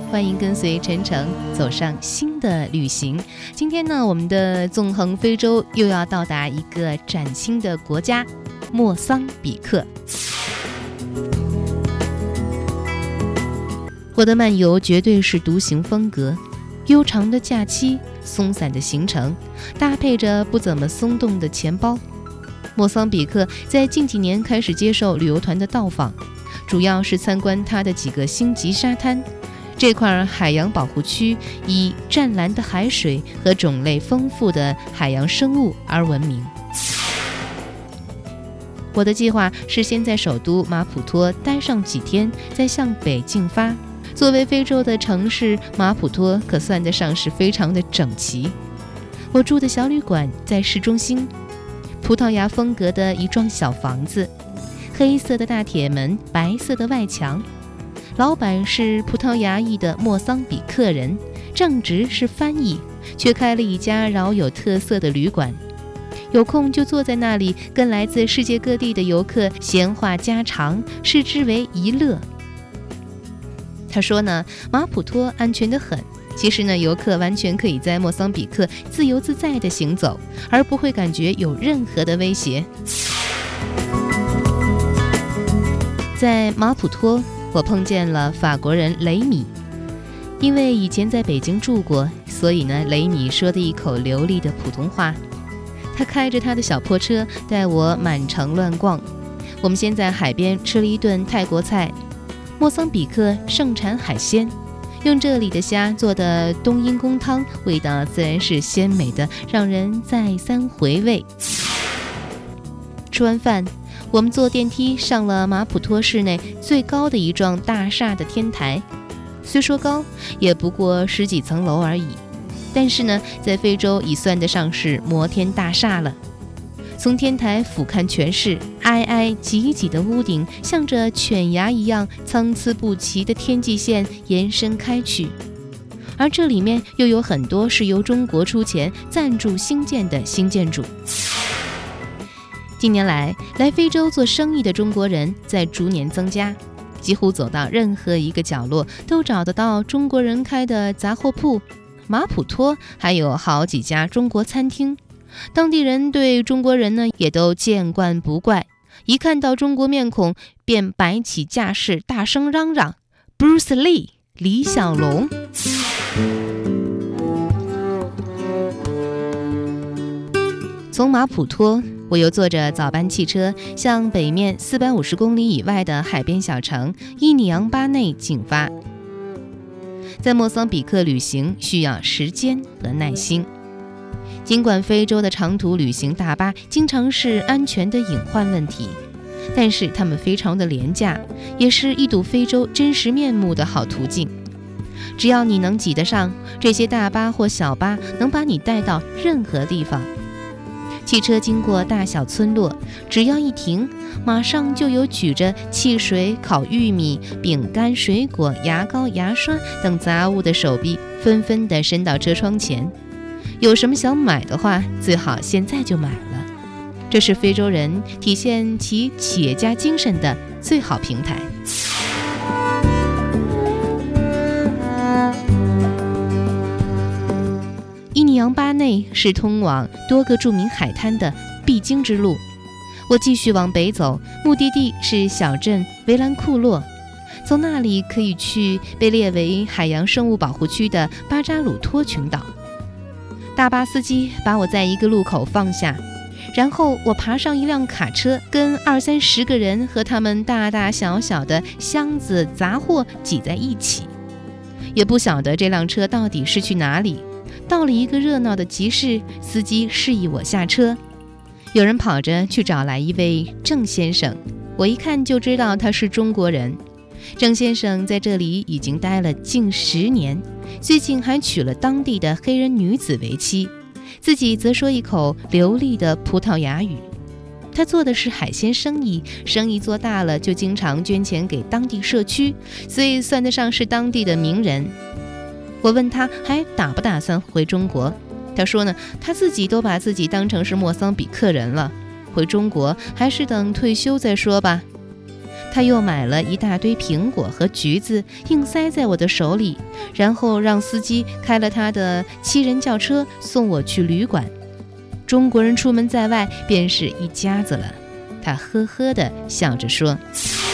欢迎跟随晨程走上新的旅行。今天呢，我们的纵横非洲又要到达一个崭新的国家——莫桑比克。我的漫游绝对是独行风格，悠长的假期，松散的行程，搭配着不怎么松动的钱包。莫桑比克在近几年开始接受旅游团的到访，主要是参观它的几个星级沙滩。这块海洋保护区以湛蓝的海水和种类丰富的海洋生物而闻名。我的计划是先在首都马普托待上几天，再向北进发。作为非洲的城市，马普托可算得上是非常的整齐。我住的小旅馆在市中心，葡萄牙风格的一幢小房子，黑色的大铁门，白色的外墙。老板是葡萄牙裔的莫桑比克人，正职是翻译，却开了一家饶有特色的旅馆。有空就坐在那里，跟来自世界各地的游客闲话家常，视之为一乐。他说呢，马普托安全得很，其实呢，游客完全可以在莫桑比克自由自在地行走，而不会感觉有任何的威胁。在马普托，我碰见了法国人雷米。因为以前在北京住过，所以呢，雷米说的一口流利的普通话。他开着他的小破车带我满城乱逛。我们先在海边吃了一顿泰国菜。莫桑比克盛产海鲜，用这里的虾做的冬阴功汤，味道自然是鲜美的，让人再三回味。吃完饭，我们坐电梯上了马普托市内最高的一幢大厦的天台。虽说高，也不过10几层楼而已，但是呢，在非洲已算得上是摩天大厦了。从天台俯瞰全市，挨挨挤挤的屋顶像着犬牙一样参差不齐的天际线延伸开去，而这里面又有很多是由中国出钱赞助兴建的新建筑。近年来非洲做生意的中国人在逐年增加，几乎走到任何一个角落都找得到中国人开的杂货铺。马普托还有好几家中国餐厅，当地人对中国人呢也都见惯不怪，一看到中国面孔便摆起架势大声嚷嚷 Bruce Lee 李小龙。从马普托，我又坐着早班汽车向北面450公里以外的海边小城伊尼昂巴内进发。在莫桑比克旅行需要时间和耐心，尽管非洲的长途旅行大巴经常是安全的隐患问题，但是它们非常的廉价，也是一睹非洲真实面目的好途径。只要你能挤得上，这些大巴或小巴能把你带到任何地方。汽车经过大小村落，只要一停，马上就有举着汽水、烤玉米、饼干、水果、牙膏、牙刷等杂物的手臂纷纷地伸到车窗前。有什么想买的话，最好现在就买了。这是非洲人体现其企业家精神的最好平台。伊尼昂巴内是通往多个著名海滩的必经之路。我继续往北走，目的地是小镇维兰库洛，从那里可以去被列为海洋生物保护区的巴扎鲁托群岛。大巴司机把我在一个路口放下，然后我爬上一辆卡车，跟20-30个人和他们大大小小的箱子杂货挤在一起。也不晓得这辆车到底是去哪里。到了一个热闹的集市，司机示意我下车。有人跑着去找来一位郑先生，我一看就知道他是中国人。郑先生在这里已经待了近10年，最近还娶了当地的黑人女子为妻，自己则说一口流利的葡萄牙语。他做的是海鲜生意，生意做大了就经常捐钱给当地社区，所以算得上是当地的名人。我问他还打不打算回中国，他说呢，他自己都把自己当成是莫桑比克人了，回中国还是等退休再说吧。 他又买了一大堆苹果和橘子，硬塞在我的手里，然后让司机开了他的7人轿车送我去旅馆。中国人出门在外便是一家子了。他呵呵地笑着说。